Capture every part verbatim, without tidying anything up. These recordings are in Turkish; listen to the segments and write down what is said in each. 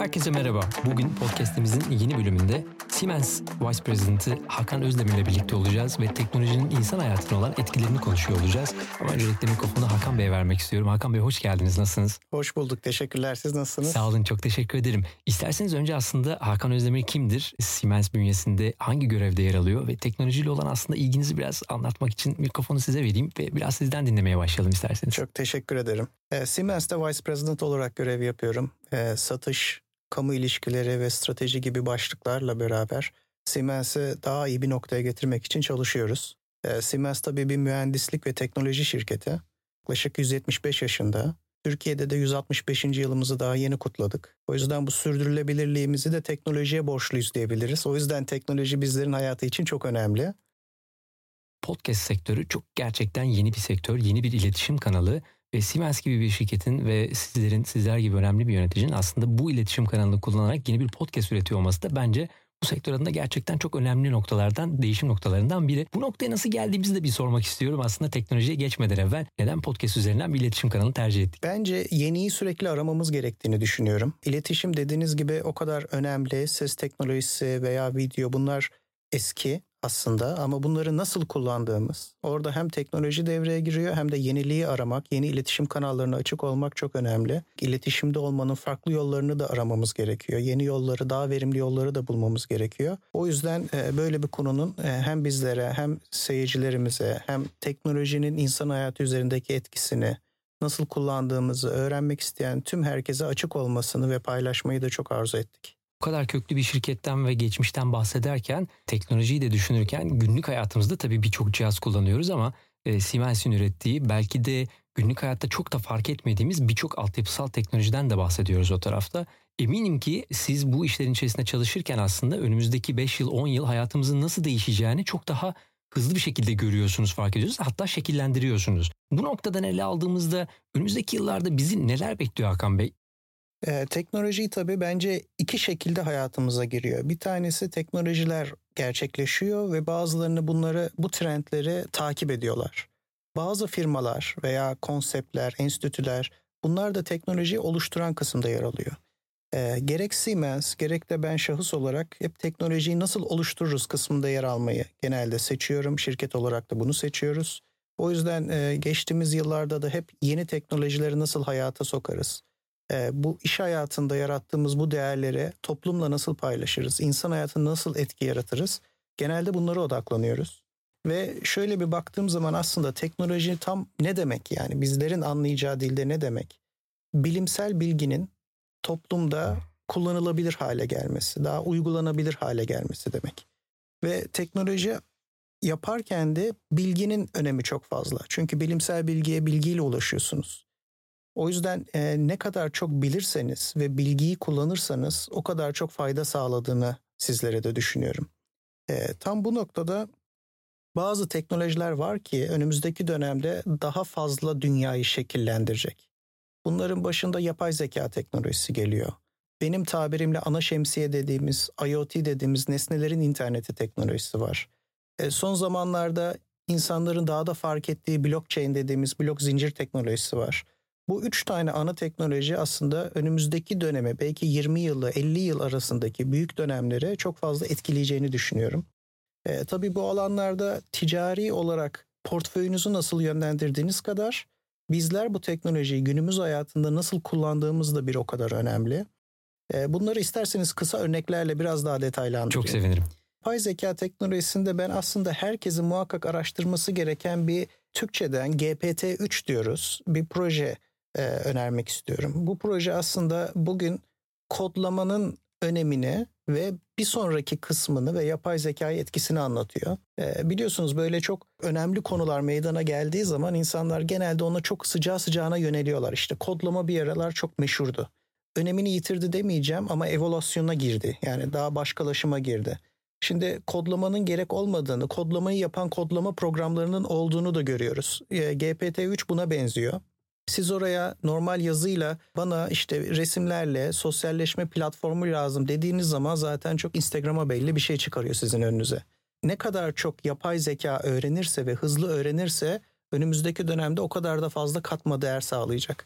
Herkese merhaba. Bugün podcast'imizin yeni bölümünde Siemens Vice President'ı Hakan Özdemir'le birlikte olacağız ve teknolojinin insan hayatına olan etkilerini konuşuyor olacağız. Ama öncelikle mikrofonu Hakan Bey'e vermek istiyorum. Hakan Bey hoş geldiniz. Nasılsınız? Hoş bulduk. Teşekkürler. Siz nasılsınız? Sağ olun. Çok teşekkür ederim. İsterseniz önce aslında Hakan Özdemir kimdir? Siemens bünyesinde hangi görevde yer alıyor ve teknolojiyle olan aslında ilginizi biraz anlatmak için mikrofonu size vereyim ve biraz sizden dinlemeye başlayalım isterseniz. Çok teşekkür ederim. E, Siemens'te Vice President olarak görev yapıyorum. E, satış, kamu ilişkileri ve strateji gibi başlıklarla beraber Siemens'i daha iyi bir noktaya getirmek için çalışıyoruz. E, Siemens tabii bir mühendislik ve teknoloji şirketi. Yaklaşık yüz yetmiş beş yaşında. Türkiye'de de yüz altmış beşinci yılımızı daha yeni kutladık. O yüzden bu sürdürülebilirliğimizi de teknolojiye borçluyuz diyebiliriz. O yüzden teknoloji bizlerin hayatı için çok önemli. Podcast sektörü çok gerçekten yeni bir sektör, yeni bir iletişim kanalı ve Siemens gibi bir şirketin ve sizlerin, sizler gibi önemli bir yöneticinin aslında bu iletişim kanalını kullanarak yeni bir podcast üretiyor olması da bence bu sektör adına gerçekten çok önemli noktalardan, değişim noktalarından biri. Bu noktaya nasıl geldiğimizi de bir sormak istiyorum. Aslında teknolojiye geçmeden evvel neden podcast üzerinden bir iletişim kanalı tercih ettik? Bence yeniyi sürekli aramamız gerektiğini düşünüyorum. İletişim dediğiniz gibi o kadar önemli. Ses teknolojisi veya video bunlar eski aslında ama bunları nasıl kullandığımız, orada hem teknoloji devreye giriyor hem de yeniliği aramak, yeni iletişim kanallarına açık olmak çok önemli. İletişimde olmanın farklı yollarını da aramamız gerekiyor. Yeni yolları, daha verimli yolları da bulmamız gerekiyor. O yüzden böyle bir konunun hem bizlere hem seyircilerimize hem teknolojinin insan hayatı üzerindeki etkisini nasıl kullandığımızı öğrenmek isteyen tüm herkese açık olmasını ve paylaşmayı da çok arzu ettik. Bu kadar köklü bir şirketten ve geçmişten bahsederken, teknolojiyi de düşünürken günlük hayatımızda tabii birçok cihaz kullanıyoruz ama e, Siemens'in ürettiği belki de günlük hayatta çok da fark etmediğimiz birçok altyapısal teknolojiden de bahsediyoruz o tarafta. Eminim ki siz bu işlerin içerisinde çalışırken aslında önümüzdeki beş yıl on yıl hayatımızın nasıl değişeceğini çok daha hızlı bir şekilde görüyorsunuz, fark ediyorsunuz. Hatta şekillendiriyorsunuz. Bu noktadan ele aldığımızda önümüzdeki yıllarda bizi neler bekliyor Hakan Bey? Ee, teknoloji tabii bence iki şekilde hayatımıza giriyor. Bir tanesi teknolojiler gerçekleşiyor ve bazılarını bunları, bu trendleri takip ediyorlar. Bazı firmalar veya konseptler, enstitüler bunlar da teknolojiyi oluşturan kısımda yer alıyor. Ee, gerek Siemens gerek de ben şahıs olarak hep teknolojiyi nasıl oluştururuz kısmında yer almayı genelde seçiyorum. Şirket olarak da bunu seçiyoruz. O yüzden e, geçtiğimiz yıllarda da hep yeni teknolojileri nasıl hayata sokarız? Bu iş hayatında yarattığımız bu değerleri toplumla nasıl paylaşırız? İnsan hayatına nasıl etki yaratırız? Genelde bunlara odaklanıyoruz. Ve şöyle bir baktığım zaman aslında teknoloji tam ne demek yani? Bizlerin anlayacağı dilde ne demek? Bilimsel bilginin toplumda kullanılabilir hale gelmesi, daha uygulanabilir hale gelmesi demek. Ve teknoloji yaparken de bilginin önemi çok fazla. Çünkü bilimsel bilgiye bilgiyle ulaşıyorsunuz. O yüzden e, ne kadar çok bilirseniz ve bilgiyi kullanırsanız o kadar çok fayda sağladığını sizlere de düşünüyorum. E, tam bu noktada bazı teknolojiler var ki önümüzdeki dönemde daha fazla dünyayı şekillendirecek. Bunların başında yapay zeka teknolojisi geliyor. Benim tabirimle ana şemsiye dediğimiz, IoT dediğimiz nesnelerin interneti teknolojisi var. E, son zamanlarda insanların daha da fark ettiği blockchain dediğimiz blok zincir teknolojisi var. Bu üç tane ana teknoloji aslında önümüzdeki döneme belki yirmi yılı elli yıl arasındaki büyük dönemlere çok fazla etkileyeceğini düşünüyorum. E, tabii bu alanlarda ticari olarak portföyünüzü nasıl yönlendirdiğiniz kadar bizler bu teknolojiyi günümüz hayatında nasıl kullandığımız da bir o kadar önemli. E, bunları isterseniz kısa örneklerle biraz daha detaylandırayım. Çok sevinirim. Yapay zeka teknolojisinde ben aslında herkesin muhakkak araştırması gereken bir Türkçeden G P T üç diyoruz bir proje e, önermek istiyorum. Bu proje aslında bugün kodlamanın önemini ve bir sonraki kısmını ve yapay zekayı etkisini anlatıyor. E, biliyorsunuz böyle çok önemli konular meydana geldiği zaman insanlar genelde ona çok sıcağı sıcağına yöneliyorlar. İşte kodlama bir aralar çok meşhurdu. Önemini yitirdi demeyeceğim ama evolüsyona girdi. Yani daha başkalaşıma girdi. Şimdi kodlamanın gerek olmadığını, kodlamayı yapan kodlama programlarının olduğunu da görüyoruz. G P T üç buna benziyor. Siz oraya normal yazıyla bana işte resimlerle sosyalleşme platformu lazım dediğiniz zaman zaten çok Instagram'a belli bir şey çıkarıyor sizin önünüze. Ne kadar çok yapay zeka öğrenirse ve hızlı öğrenirse önümüzdeki dönemde o kadar da fazla katma değer sağlayacak.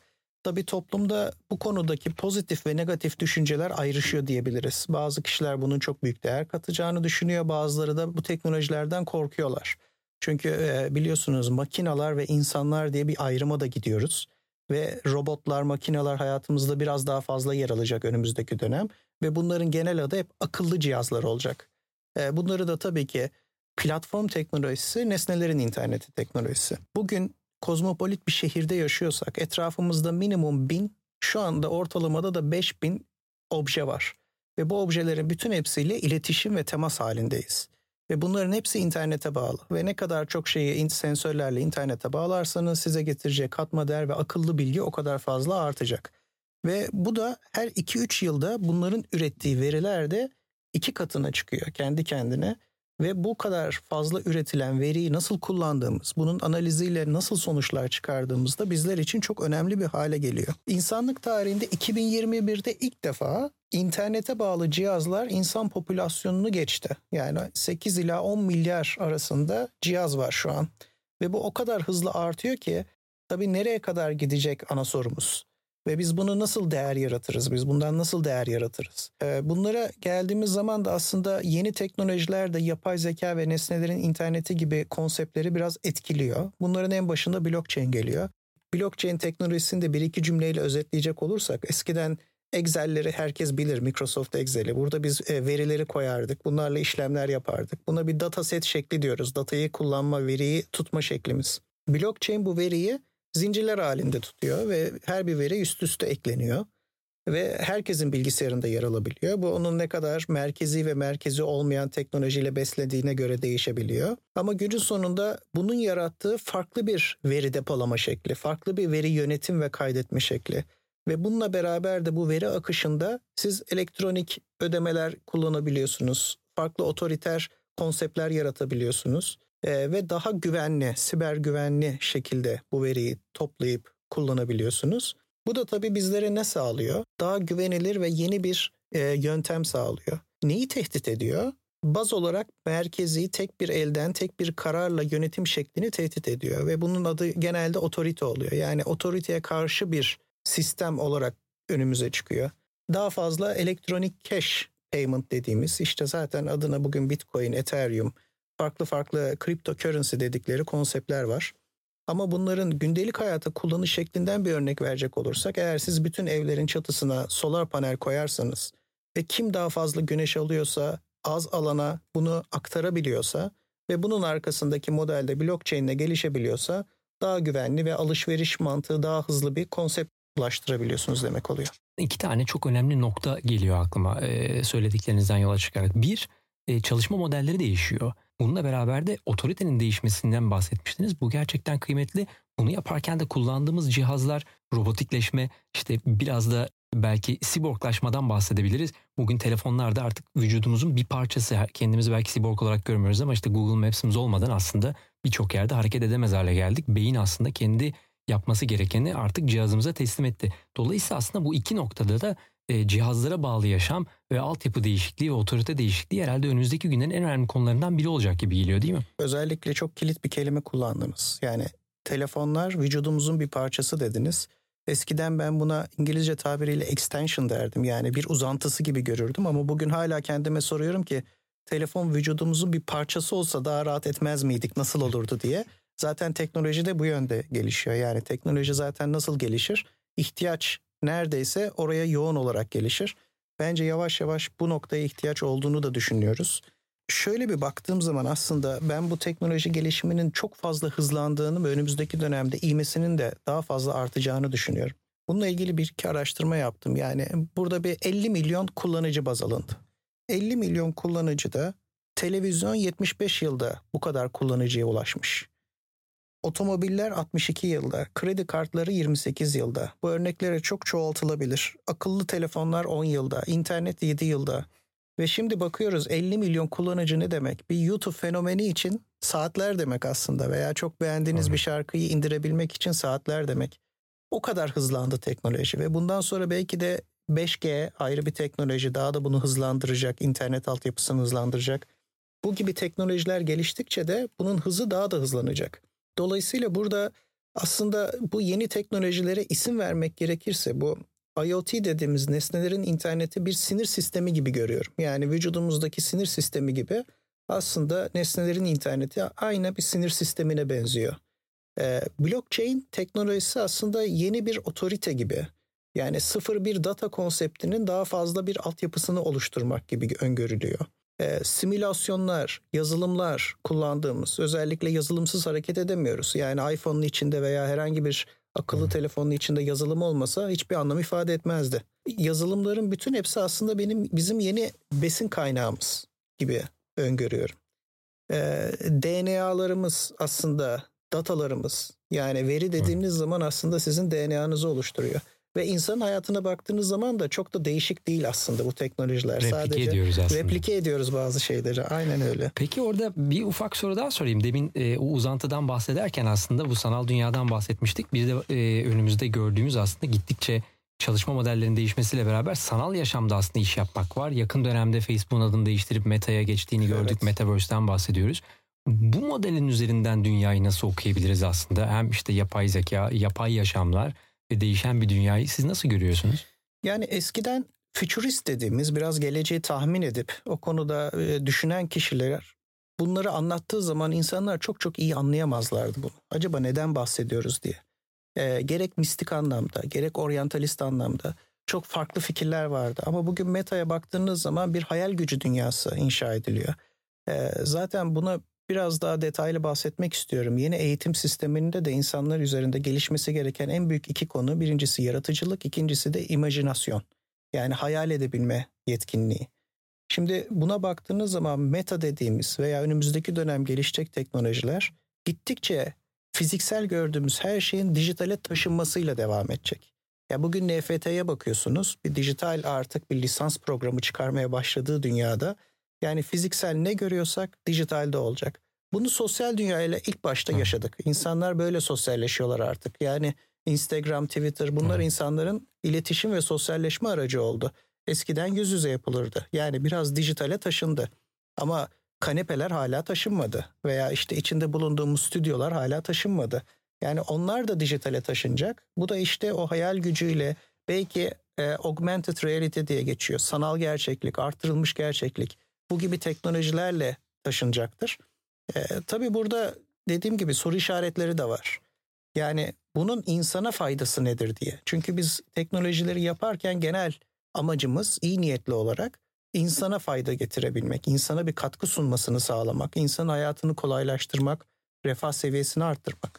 Tabii toplumda bu konudaki pozitif ve negatif düşünceler ayrışıyor diyebiliriz. Bazı kişiler bunun çok büyük değer katacağını düşünüyor, bazıları da bu teknolojilerden korkuyorlar. Çünkü e, biliyorsunuz makineler ve insanlar diye bir ayrıma da gidiyoruz. Ve robotlar, makineler hayatımızda biraz daha fazla yer alacak önümüzdeki dönem. Ve bunların genel adı hep akıllı cihazlar olacak. E, bunları da tabii ki platform teknolojisi, nesnelerin interneti teknolojisi. Bugün kozmopolit bir şehirde yaşıyorsak etrafımızda minimum bin, şu anda ortalamada da beş bin obje var. Ve bu objelerin bütün hepsiyle iletişim ve temas halindeyiz. Ve bunların hepsi internete bağlı. Ve ne kadar çok şeyi sensörlerle internete bağlarsanız size getirecek katma değer ve akıllı bilgi o kadar fazla artacak. Ve bu da her iki üç yılda bunların ürettiği veriler de iki katına çıkıyor kendi kendine. Ve bu kadar fazla üretilen veriyi nasıl kullandığımız, bunun analiziyle nasıl sonuçlar çıkardığımız da bizler için çok önemli bir hale geliyor. İnsanlık tarihinde iki bin yirmi birde ilk defa internete bağlı cihazlar insan popülasyonunu geçti. Yani sekiz ila on milyar arasında cihaz var şu an. Ve bu o kadar hızlı artıyor ki tabii nereye kadar gidecek ana sorumuz. Ve biz bunu nasıl değer yaratırız? Biz bundan nasıl değer yaratırız? Ee, bunlara geldiğimiz zaman da aslında yeni teknolojiler de yapay zeka ve nesnelerin interneti gibi konseptleri biraz etkiliyor. Bunların en başında blockchain geliyor. Blockchain teknolojisini de bir iki cümleyle özetleyecek olursak eskiden Excel'leri herkes bilir, Microsoft Excel'i. Burada biz verileri koyardık, bunlarla işlemler yapardık. Buna bir dataset şekli diyoruz. Datayı kullanma, veriyi tutma şeklimiz. Blockchain bu veriyi zincirler halinde tutuyor ve her bir veri üst üste ekleniyor. Ve herkesin bilgisayarında yer alabiliyor. Bu onun ne kadar merkezi ve merkezi olmayan teknolojiyle beslediğine göre değişebiliyor. Ama günün sonunda bunun yarattığı farklı bir veri depolama şekli, farklı bir veri yönetim ve kaydetme şekli. Ve bununla beraber de bu veri akışında siz elektronik ödemeler kullanabiliyorsunuz. Farklı otoriter konseptler yaratabiliyorsunuz. Ee, ve daha güvenli, siber güvenli şekilde bu veriyi toplayıp kullanabiliyorsunuz. Bu da tabii bizlere ne sağlıyor? Daha güvenilir ve yeni bir e, yöntem sağlıyor. Neyi tehdit ediyor? Baz olarak merkezi tek bir elden tek bir kararla yönetim şeklini tehdit ediyor. Ve bunun adı genelde otorite oluyor. Yani otoriteye karşı bir sistem olarak önümüze çıkıyor. Daha fazla elektronik cash payment dediğimiz, işte zaten adına bugün Bitcoin, Ethereum, farklı farklı cryptocurrency dedikleri konseptler var. Ama bunların gündelik hayata kullanış şeklinden bir örnek verecek olursak, eğer siz bütün evlerin çatısına solar panel koyarsanız ve kim daha fazla güneş alıyorsa az alana bunu aktarabiliyorsa ve bunun arkasındaki modelde blockchain ile gelişebiliyorsa daha güvenli ve alışveriş mantığı daha hızlı bir konsept ulaştırabiliyorsunuz demek oluyor. İki tane çok önemli nokta geliyor aklıma e, söylediklerinizden yola çıkarak. Bir, e, çalışma modelleri değişiyor. Bununla beraber de otoritenin değişmesinden bahsetmiştiniz. Bu gerçekten kıymetli. Bunu yaparken de kullandığımız cihazlar, robotikleşme, işte biraz da belki siborglaşmadan bahsedebiliriz. Bugün telefonlarda artık vücudumuzun bir parçası. Kendimizi belki siborg olarak görmüyoruz ama işte Google Maps'imiz olmadan aslında birçok yerde hareket edemez hale geldik. Beyin aslında kendi yapması gerekeni artık cihazımıza teslim etti. Dolayısıyla aslında bu iki noktada da e, cihazlara bağlı yaşam ve altyapı değişikliği ve otorite değişikliği herhalde önümüzdeki günlerin en önemli konularından biri olacak gibi geliyor, değil mi? Özellikle çok kilit bir kelime kullandınız. Yani telefonlar vücudumuzun bir parçası dediniz. Eskiden ben buna İngilizce tabiriyle extension derdim. Yani bir uzantısı gibi görürdüm ama bugün hala kendime soruyorum ki telefon vücudumuzun bir parçası olsa daha rahat etmez miydik, nasıl olurdu diye. Zaten teknoloji de bu yönde gelişiyor. Yani teknoloji zaten nasıl gelişir? İhtiyaç neredeyse oraya yoğun olarak gelişir. Bence yavaş yavaş bu noktaya ihtiyaç olduğunu da düşünüyoruz. Şöyle bir baktığım zaman aslında ben bu teknoloji gelişiminin çok fazla hızlandığını ve önümüzdeki dönemde ivmesinin de daha fazla artacağını düşünüyorum. Bununla ilgili bir iki araştırma yaptım. Yani burada bir elli milyon kullanıcı baz alındı. elli milyon kullanıcı da televizyon yetmiş beş yılda bu kadar kullanıcıya ulaşmış. Otomobiller altmış iki yılda, kredi kartları yirmi sekiz yılda. Bu örneklere çok çoğaltılabilir. Akıllı telefonlar on yılda, internet yedi yılda. Ve şimdi bakıyoruz elli milyon kullanıcı ne demek? Bir YouTube fenomeni için saatler demek aslında veya çok beğendiğiniz bir şarkıyı indirebilmek için saatler demek. O kadar hızlandı teknoloji ve bundan sonra belki de beş G ayrı bir teknoloji daha da bunu hızlandıracak, internet altyapısını hızlandıracak. Bu gibi teknolojiler geliştikçe de bunun hızı daha da hızlanacak. Dolayısıyla burada Aslında bu yeni teknolojilere isim vermek gerekirse bu IoT dediğimiz nesnelerin interneti bir sinir sistemi gibi görüyorum. Yani vücudumuzdaki sinir sistemi gibi aslında nesnelerin interneti aynı bir sinir sistemine benziyor. Ee, blockchain teknolojisi aslında yeni bir otorite gibi. Yani sıfır bir data konseptinin daha fazla bir altyapısını oluşturmak gibi öngörülüyor. Ee, simülasyonlar, yazılımlar kullandığımız, özellikle yazılımsız hareket edemiyoruz. Yani iPhone'un içinde veya herhangi bir akıllı hmm. telefonun içinde yazılım olmasa hiçbir anlam ifade etmezdi. Yazılımların bütün hepsi aslında benim bizim yeni besin kaynağımız gibi öngörüyorum. Ee, D N A'larımız aslında datalarımız, yani veri dediğimiz hmm. zaman aslında sizin D N A'nızı oluşturuyor. Ve insanın hayatına baktığınız zaman da çok da değişik değil aslında bu teknolojiler. Replike Sadece ediyoruz aslında. Replike ediyoruz bazı şeyleri. Aynen öyle. Peki orada bir ufak soru daha sorayım. Demin e, o uzantıdan bahsederken aslında bu sanal dünyadan bahsetmiştik. Bir de e, önümüzde gördüğümüz aslında gittikçe çalışma modellerinin değişmesiyle beraber sanal yaşamda aslında iş yapmak var. Yakın dönemde Facebook'un adını değiştirip Meta'ya geçtiğini gördük. Evet. Metaverse'den bahsediyoruz. Bu modelin üzerinden dünyayı nasıl okuyabiliriz aslında? Hem işte yapay zeka, yapay yaşamlar ve değişen bir dünyayı siz nasıl görüyorsunuz? Yani eskiden futurist dediğimiz, biraz geleceği tahmin edip o konuda düşünen kişiler bunları anlattığı zaman insanlar çok çok iyi anlayamazlardı bunu. Acaba neden bahsediyoruz diye. E, gerek mistik anlamda, gerek oryantalist anlamda çok farklı fikirler vardı. Ama bugün Meta'ya baktığınız zaman bir hayal gücü dünyası inşa ediliyor. E, zaten buna biraz daha detaylı bahsetmek istiyorum. Yeni eğitim sisteminde de insanlar üzerinde gelişmesi gereken en büyük iki konu. Birincisi yaratıcılık, ikincisi de imajinasyon. Yani hayal edebilme yetkinliği. Şimdi buna baktığınız zaman meta dediğimiz veya önümüzdeki dönem gelişecek teknolojiler gittikçe fiziksel gördüğümüz her şeyin dijitale taşınmasıyla devam edecek. Ya bugün N F T'ye bakıyorsunuz. Bir dijital artık bir lisans programı çıkarmaya başladığı dünyada, yani fiziksel ne görüyorsak dijitalde olacak. Bunu sosyal dünyayla ilk başta yaşadık. İnsanlar böyle sosyalleşiyorlar artık. Yani Instagram, Twitter, bunlar insanların iletişim ve sosyalleşme aracı oldu. Eskiden yüz yüze yapılırdı. Yani biraz dijitale taşındı. Ama kanepeler hala taşınmadı. Veya işte içinde bulunduğumuz stüdyolar hala taşınmadı. Yani onlar da dijitale taşınacak. Bu da işte o hayal gücüyle belki e, augmented reality diye geçiyor. Sanal gerçeklik, artırılmış gerçeklik. Bu gibi teknolojilerle taşınacaktır. E, tabii burada dediğim gibi soru işaretleri de var. Yani bunun insana faydası nedir diye. Çünkü biz teknolojileri yaparken genel amacımız iyi niyetli olarak insana fayda getirebilmek, insana bir katkı sunmasını sağlamak, insanın hayatını kolaylaştırmak, refah seviyesini arttırmak.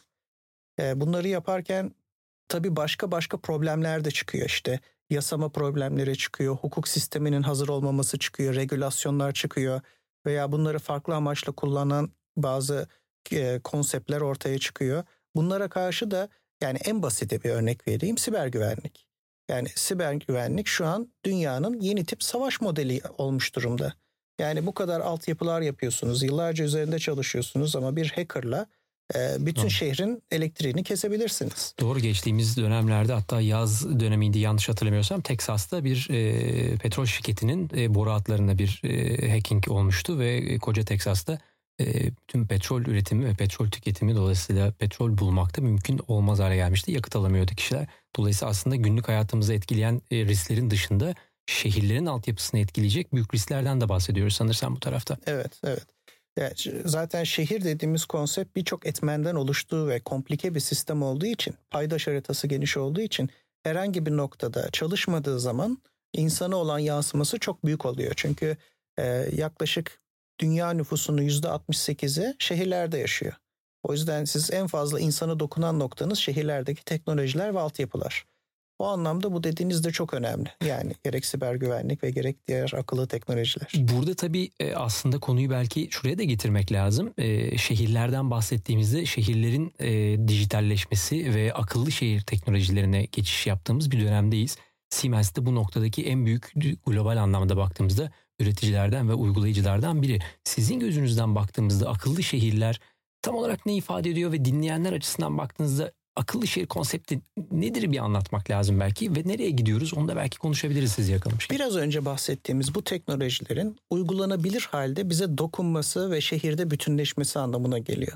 E, bunları yaparken tabii başka başka problemler de çıkıyor işte. Yasama problemleri çıkıyor, hukuk sisteminin hazır olmaması çıkıyor, regülasyonlar çıkıyor veya bunları farklı amaçla kullanan bazı e, konseptler ortaya çıkıyor. Bunlara karşı da yani en basite bir örnek vereyim, siber güvenlik. Yani siber güvenlik şu an dünyanın yeni tip savaş modeli olmuş durumda. Yani bu kadar altyapılar yapıyorsunuz, yıllarca üzerinde çalışıyorsunuz ama bir hackerla bütün Doğru. şehrin elektriğini kesebilirsiniz. Doğru, geçtiğimiz dönemlerde hatta yaz dönemiydi yanlış hatırlamıyorsam Teksas'ta bir e, petrol şirketinin e, boru hatlarında bir e, hacking olmuştu ve koca Teksas'ta e, tüm petrol üretimi ve petrol tüketimi dolayısıyla petrol bulmakta mümkün olmaz hale gelmişti. Yakıt alamıyordu kişiler. Dolayısıyla aslında günlük hayatımızı etkileyen e, risklerin dışında şehirlerin altyapısını etkileyecek büyük risklerden de bahsediyoruz sanırsam bu tarafta. Evet, evet. Yani zaten şehir dediğimiz konsept birçok etmenden oluştuğu ve komplike bir sistem olduğu için, paydaş haritası geniş olduğu için herhangi bir noktada çalışmadığı zaman insana olan yansıması çok büyük oluyor. Çünkü e, yaklaşık dünya nüfusunun yüzde altmış sekizi şehirlerde yaşıyor. O yüzden siz en fazla insana dokunan noktanız şehirlerdeki teknolojiler ve altyapılar. O anlamda bu dediğiniz de çok önemli. Yani gerek siber güvenlik ve gerek diğer akıllı teknolojiler. Burada tabii aslında konuyu belki şuraya da getirmek lazım. Şehirlerden bahsettiğimizde şehirlerin dijitalleşmesi ve akıllı şehir teknolojilerine geçiş yaptığımız bir dönemdeyiz. Siemens de bu noktadaki en büyük global anlamda baktığımızda üreticilerden ve uygulayıcılardan biri. Sizin gözünüzden baktığımızda akıllı şehirler tam olarak ne ifade ediyor ve dinleyenler açısından baktığınızda akıllı şehir konsepti nedir bir anlatmak lazım belki ve nereye gidiyoruz onu da belki konuşabiliriz siz yakalamışken. Biraz önce bahsettiğimiz bu teknolojilerin uygulanabilir halde bize dokunması ve şehirde bütünleşmesi anlamına geliyor.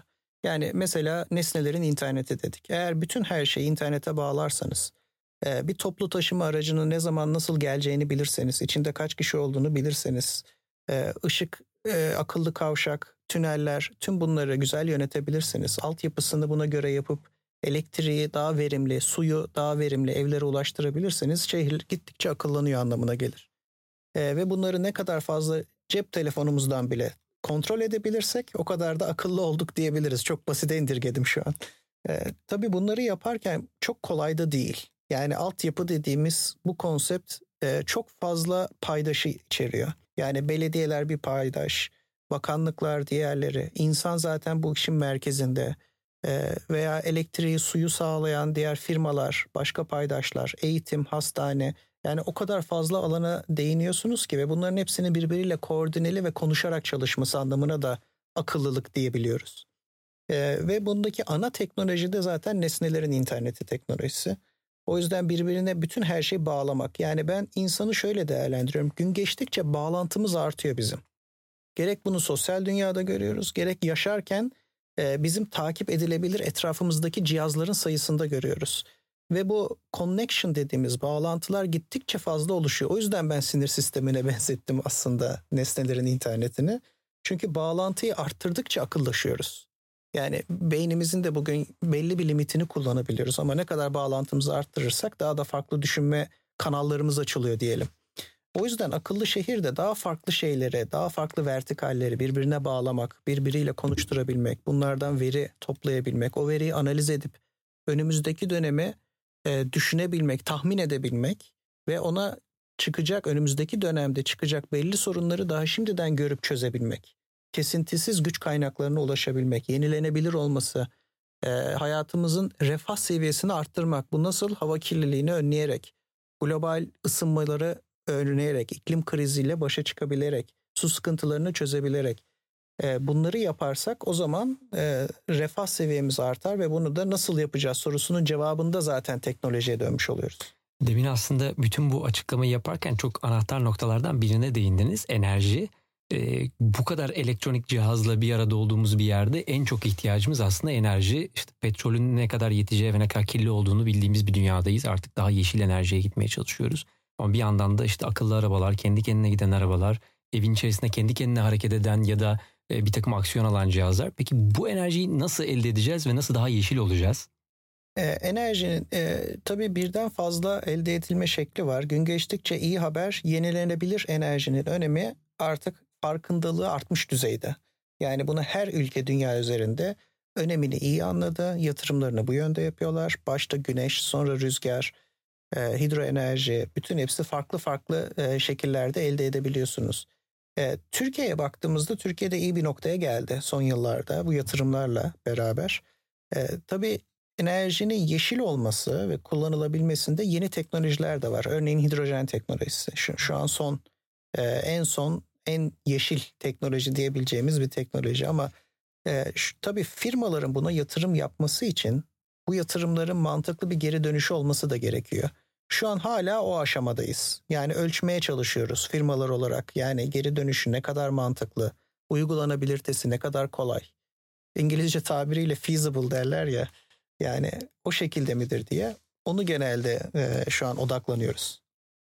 Yani mesela nesnelerin interneti dedik. Eğer bütün her şeyi internete bağlarsanız, e, bir toplu taşıma aracının ne zaman nasıl geleceğini bilirseniz, içinde kaç kişi olduğunu bilirseniz, e, ışık, e, akıllı kavşak, tüneller, tüm bunları güzel yönetebilirsiniz. Altyapısını buna göre yapıp elektriği daha verimli, suyu daha verimli evlere ulaştırabilirseniz şehir gittikçe akıllanıyor anlamına gelir. E, ve bunları ne kadar fazla cep telefonumuzdan bile kontrol edebilirsek o kadar da akıllı olduk diyebiliriz. Çok basite indirgedim şu an. E, tabii bunları yaparken çok kolay da değil. Yani altyapı dediğimiz bu konsept e, çok fazla paydaşı içeriyor. Yani belediyeler bir paydaş, bakanlıklar diğerleri, insan zaten bu işin merkezinde e, veya elektriği, suyu sağlayan diğer firmalar, başka paydaşlar, eğitim, hastane. Yani o kadar fazla alana değiniyorsunuz ki ve bunların hepsini birbiriyle koordineli ve konuşarak çalışması anlamına da akıllılık diyebiliyoruz. Ee, ve bundaki ana teknoloji de zaten nesnelerin interneti teknolojisi. O yüzden birbirine bütün her şeyi bağlamak. Yani ben insanı şöyle değerlendiriyorum. Gün geçtikçe bağlantımız artıyor bizim. Gerek bunu sosyal dünyada görüyoruz, gerek yaşarken e, bizim takip edilebilir etrafımızdaki cihazların sayısında görüyoruz. Ve bu connection dediğimiz bağlantılar gittikçe fazla oluşuyor. O yüzden ben sinir sistemine benzettim aslında nesnelerin internetini. Çünkü bağlantıyı arttırdıkça akıllaşıyoruz. Yani beynimizin de bugün belli bir limitini kullanabiliyoruz ama ne kadar bağlantımızı arttırırsak daha da farklı düşünme kanallarımız açılıyor diyelim. O yüzden akıllı şehir de daha farklı şeylere, daha farklı vertikalleri birbirine bağlamak, birbiriyle konuşturabilmek, bunlardan veri toplayabilmek, o veriyi analiz edip önümüzdeki dönemi e, düşünebilmek, tahmin edebilmek ve ona çıkacak, önümüzdeki dönemde çıkacak belli sorunları daha şimdiden görüp çözebilmek. Kesintisiz güç kaynaklarına ulaşabilmek, yenilenebilir olması, e, hayatımızın refah seviyesini arttırmak. Bu nasıl? Hava kirliliğini önleyerek, global ısınmaları önleyerek, iklim kriziyle başa çıkabilerek, su sıkıntılarını çözebilerek. E, bunları yaparsak o zaman e, refah seviyemiz artar ve bunu da nasıl yapacağız sorusunun cevabında zaten teknolojiye dönmüş oluyoruz. Demin aslında bütün bu açıklamayı yaparken çok anahtar noktalardan birine değindiniz. Enerji. Ee, bu kadar elektronik cihazla bir arada olduğumuz bir yerde en çok ihtiyacımız aslında enerji. İşte petrolün ne kadar yeteceği ve ne kadar kirli olduğunu bildiğimiz bir dünyadayız. Artık daha yeşil enerjiye gitmeye çalışıyoruz. Ama bir yandan da işte akıllı arabalar, kendi kendine giden arabalar, evin içerisinde kendi kendine hareket eden ya da e, bir takım aksiyon alan cihazlar. Peki bu enerjiyi nasıl elde edeceğiz ve nasıl daha yeşil olacağız? E, enerjinin e, tabii birden fazla elde edilme şekli var. Gün geçtikçe iyi haber, yenilenebilir enerjinin önemi artık farkındalığı artmış düzeyde. Yani bunu her ülke dünya üzerinde önemini iyi anladı. Yatırımlarını bu yönde yapıyorlar. Başta güneş, sonra rüzgar, e, hidroenerji, bütün hepsi farklı farklı e, şekillerde elde edebiliyorsunuz. E, Türkiye'ye baktığımızda Türkiye'de iyi bir noktaya geldi son yıllarda bu yatırımlarla beraber. E, tabii enerjinin yeşil olması ve kullanılabilmesinde yeni teknolojiler de var. Örneğin hidrojen teknolojisi. Şu, şu an son, e, en son, en yeşil teknoloji diyebileceğimiz bir teknoloji. Ama e, şu, tabii firmaların buna yatırım yapması için bu yatırımların mantıklı bir geri dönüşü olması da gerekiyor. Şu an hala o aşamadayız. Yani ölçmeye çalışıyoruz firmalar olarak. Yani geri dönüşü ne kadar mantıklı, uygulanabilitesi ne kadar kolay. İngilizce tabiriyle feasible derler ya. Yani o şekilde midir diye onu genelde e, şu an odaklanıyoruz.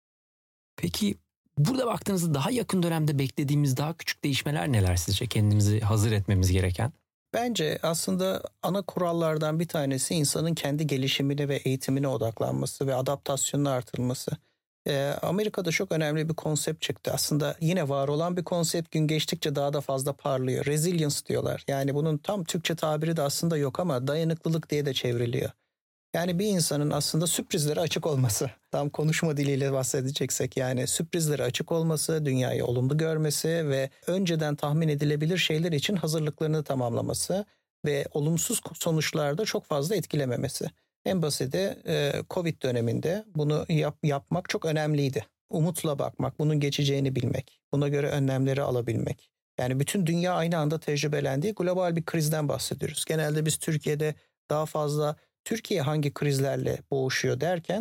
Peki burada baktığınızda daha yakın dönemde beklediğimiz daha küçük değişmeler neler sizce kendimizi hazır etmemiz gereken? Bence aslında ana kurallardan bir tanesi insanın kendi gelişimine ve eğitimine odaklanması ve adaptasyonunu artırması. Ee, Amerika'da çok önemli bir konsept çıktı. Aslında yine var olan bir konsept gün geçtikçe daha da fazla parlıyor. Resilience diyorlar. Yani bunun tam Türkçe tabiri de aslında yok ama dayanıklılık diye de çevriliyor. Yani bir insanın aslında sürprizlere açık olması. Tam konuşma diliyle bahsedeceksek yani sürprizlere açık olması, dünyayı olumlu görmesi ve önceden tahmin edilebilir şeyler için hazırlıklarını tamamlaması ve olumsuz sonuçlarda çok fazla etkilememesi. En basiti Covid döneminde bunu yap, yapmak çok önemliydi. Umutla bakmak, bunun geçeceğini bilmek, buna göre önlemleri alabilmek. Yani bütün dünya aynı anda tecrübelendiği global bir krizden bahsediyoruz. Genelde biz Türkiye'de daha fazla Türkiye hangi krizlerle boğuşuyor derken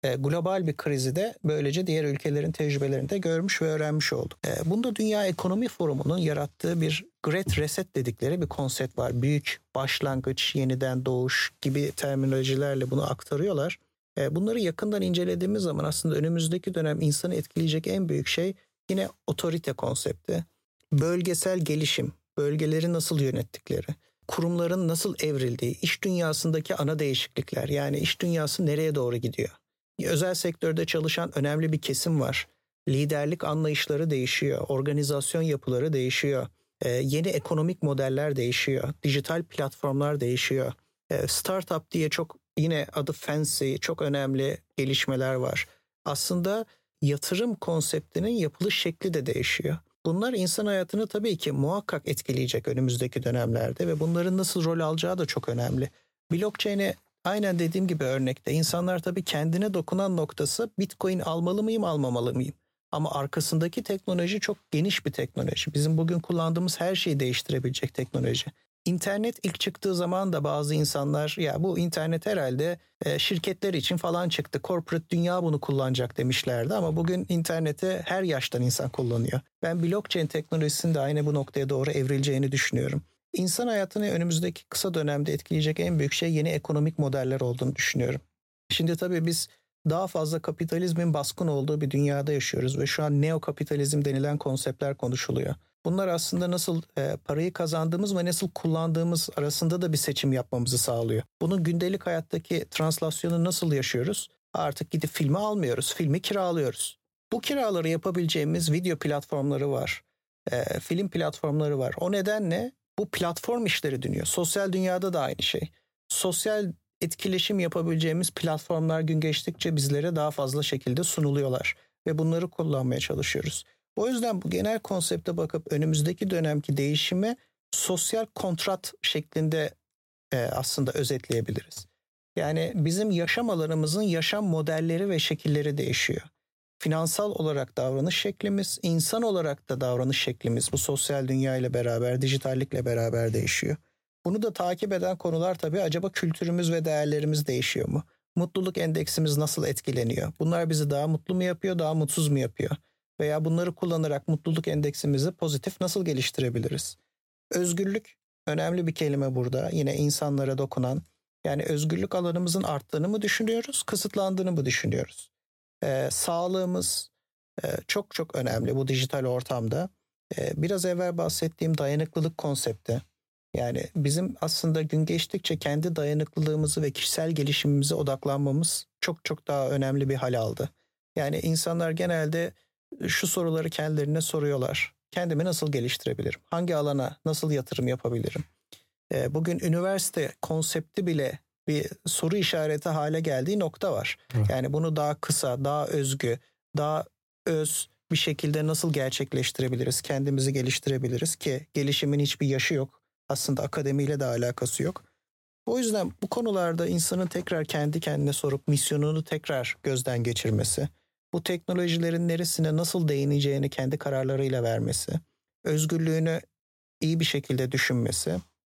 e, global bir krizi de böylece diğer ülkelerin tecrübelerinde görmüş ve öğrenmiş olduk. E, bunda Dünya Ekonomi Forumu'nun yarattığı bir Great Reset dedikleri bir konsept var. Büyük başlangıç, yeniden doğuş gibi terminolojilerle bunu aktarıyorlar. E, bunları yakından incelediğimiz zaman aslında önümüzdeki dönem insanı etkileyecek en büyük şey yine otorite konsepti. Bölgesel gelişim, bölgeleri nasıl yönettikleri, kurumların nasıl evrildiği, iş dünyasındaki ana değişiklikler, yani iş dünyası nereye doğru gidiyor? Özel sektörde çalışan önemli bir kesim var. Liderlik anlayışları değişiyor, organizasyon yapıları değişiyor, ee, yeni ekonomik modeller değişiyor, dijital platformlar değişiyor. Ee, startup diye çok yine adı fancy, çok önemli gelişmeler var. Aslında yatırım konseptinin yapılış şekli de değişiyor. Bunlar insan hayatını tabii ki muhakkak etkileyecek önümüzdeki dönemlerde ve bunların nasıl rol alacağı da çok önemli. Blockchain'e aynen dediğim gibi örnekte insanlar tabii kendine dokunan noktası Bitcoin almalı mıyım, almamalı mıyım? Ama arkasındaki teknoloji çok geniş bir teknoloji. Bizim bugün kullandığımız her şeyi değiştirebilecek teknoloji. İnternet ilk çıktığı zaman da bazı insanlar ya bu internet herhalde e, şirketler için falan çıktı. Corporate dünya bunu kullanacak demişlerdi ama bugün interneti her yaştan insan kullanıyor. Ben blockchain teknolojisinin de aynı bu noktaya doğru evrileceğini düşünüyorum. İnsan hayatını önümüzdeki kısa dönemde etkileyecek en büyük şey yeni ekonomik modeller olduğunu düşünüyorum. Şimdi tabii biz daha fazla kapitalizmin baskın olduğu bir dünyada yaşıyoruz ve şu an neokapitalizm denilen konseptler konuşuluyor. Bunlar aslında nasıl e, parayı kazandığımız ve nasıl kullandığımız arasında da bir seçim yapmamızı sağlıyor. Bunun gündelik hayattaki translasyonu nasıl yaşıyoruz? Artık gidip filmi almıyoruz, filmi kiralıyoruz. Bu kiraları yapabileceğimiz video platformları var, e, film platformları var. O nedenle bu platform işleri dönüyor. Sosyal dünyada da aynı şey. Sosyal etkileşim yapabileceğimiz platformlar gün geçtikçe bizlere daha fazla şekilde sunuluyorlar ve bunları kullanmaya çalışıyoruz. O yüzden bu genel konsepte bakıp önümüzdeki dönemki değişimi sosyal kontrat şeklinde e, aslında özetleyebiliriz. Yani bizim yaşam alanımızın yaşam modelleri ve şekilleri değişiyor. Finansal olarak davranış şeklimiz, insan olarak da davranış şeklimiz bu sosyal dünya ile beraber, dijitallikle beraber değişiyor. Bunu da takip eden konular tabii acaba kültürümüz ve değerlerimiz değişiyor mu? Mutluluk endeksimiz nasıl etkileniyor? Bunlar bizi daha mutlu mu yapıyor, daha mutsuz mu yapıyor? Veya bunları kullanarak mutluluk endeksimizi pozitif nasıl geliştirebiliriz? Özgürlük önemli bir kelime burada. Yine insanlara dokunan, yani özgürlük alanımızın arttığını mı düşünüyoruz, kısıtlandığını mı düşünüyoruz? Ee, sağlığımız e, çok çok önemli bu dijital ortamda. Ee, biraz evvel bahsettiğim dayanıklılık konsepti. Yani bizim aslında gün geçtikçe kendi dayanıklılığımızı ve kişisel gelişimimize odaklanmamız çok çok daha önemli bir hal aldı. Yani insanlar genelde şu soruları kendilerine soruyorlar. Kendimi nasıl geliştirebilirim? Hangi alana nasıl yatırım yapabilirim? Ee, bugün üniversite konsepti bile bir soru işareti hale geldiği nokta var. Evet. Yani bunu daha kısa, daha özgü, daha öz bir şekilde nasıl gerçekleştirebiliriz? Kendimizi geliştirebiliriz ki gelişimin hiçbir yaşı yok. Aslında akademiyle de alakası yok. O yüzden bu konularda insanın tekrar kendi kendine sorup misyonunu tekrar gözden geçirmesi, bu teknolojilerin neresine nasıl değineceğini kendi kararlarıyla vermesi, özgürlüğünü iyi bir şekilde düşünmesi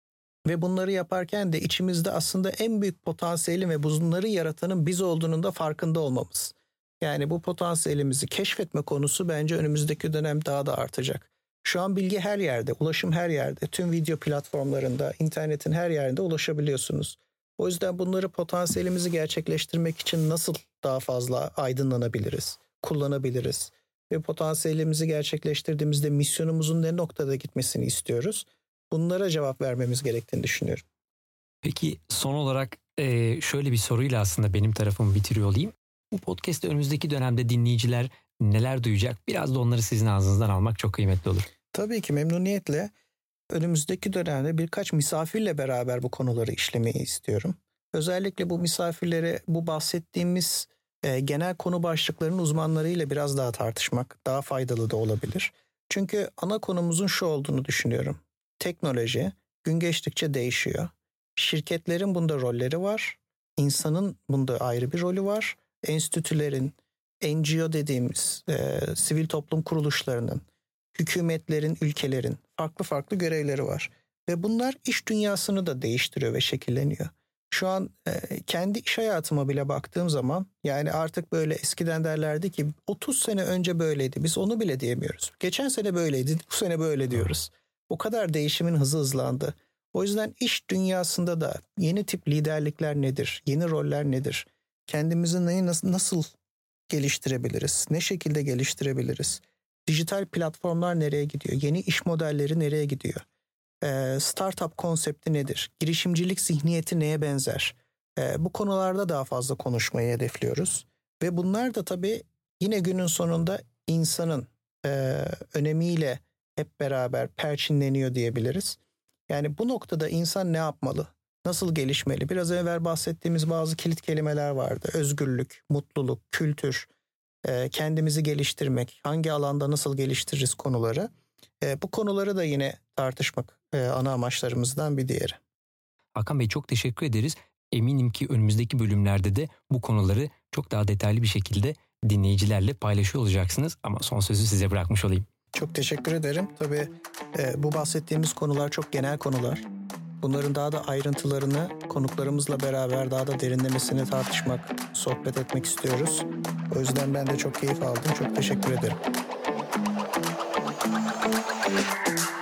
ve bunları yaparken de içimizde aslında en büyük potansiyeli ve bunları yaratanın biz olduğunun da farkında olmamız. Yani bu potansiyelimizi keşfetme konusu bence önümüzdeki dönem daha da artacak. Şu an bilgi her yerde, ulaşım her yerde, tüm video platformlarında, internetin her yerinde ulaşabiliyorsunuz. O yüzden bunları potansiyelimizi gerçekleştirmek için nasıl daha fazla aydınlanabiliriz, kullanabiliriz ve potansiyelimizi gerçekleştirdiğimizde misyonumuzun ne noktada gitmesini istiyoruz? Bunlara cevap vermemiz gerektiğini düşünüyorum. Peki son olarak e, şöyle bir soruyla aslında benim tarafımı bitiriyor olayım. Bu podcast'te önümüzdeki dönemde dinleyiciler neler duyacak? Biraz da onları sizin ağzınızdan almak çok kıymetli olur. Tabii ki memnuniyetle. Önümüzdeki dönemde birkaç misafirle beraber bu konuları işlemeyi istiyorum. Özellikle bu misafirlere bu bahsettiğimiz e, genel konu başlıklarının uzmanlarıyla biraz daha tartışmak daha faydalı da olabilir. Çünkü ana konumuzun şu olduğunu düşünüyorum. Teknoloji gün geçtikçe değişiyor. Şirketlerin bunda rolleri var. İnsanın bunda ayrı bir rolü var. Enstitülerin, N G O dediğimiz e, sivil toplum kuruluşlarının, hükümetlerin, ülkelerin farklı farklı görevleri var. Ve bunlar iş dünyasını da değiştiriyor ve şekilleniyor. Şu an e, kendi iş hayatıma bile baktığım zaman yani artık böyle eskiden derlerdi ki otuz sene önce böyleydi. Biz onu bile diyemiyoruz. Geçen sene böyleydi, bu sene böyle diyoruz. O kadar değişimin hızı hızlandı. O yüzden iş dünyasında da yeni tip liderlikler nedir? Yeni roller nedir? Kendimizi neyi nasıl, nasıl geliştirebiliriz? Ne şekilde geliştirebiliriz? Dijital platformlar nereye gidiyor? Yeni iş modelleri nereye gidiyor? Ee, startup konsepti nedir? Girişimcilik zihniyeti neye benzer? Ee, bu konularda daha fazla konuşmayı hedefliyoruz. Ve bunlar da tabii yine günün sonunda insanın e, önemiyle hep beraber perçinleniyor diyebiliriz. Yani bu noktada insan ne yapmalı? Nasıl gelişmeli? Biraz evvel bahsettiğimiz bazı kilit kelimeler vardı. Özgürlük, mutluluk, kültür, e, kendimizi geliştirmek, hangi alanda nasıl geliştiririz konuları. E, bu konuları da yine tartışmak e, ana amaçlarımızdan bir diğeri. Hakan Bey çok teşekkür ederiz. Eminim ki önümüzdeki bölümlerde de bu konuları çok daha detaylı bir şekilde dinleyicilerle paylaşıyor olacaksınız. Ama son sözü size bırakmış olayım. Çok teşekkür ederim. Tabii e, bu bahsettiğimiz konular çok genel konular. Bunların daha da ayrıntılarını konuklarımızla beraber daha da derinlemesine tartışmak, sohbet etmek istiyoruz. O yüzden ben de çok keyif aldım. Çok teşekkür ederim.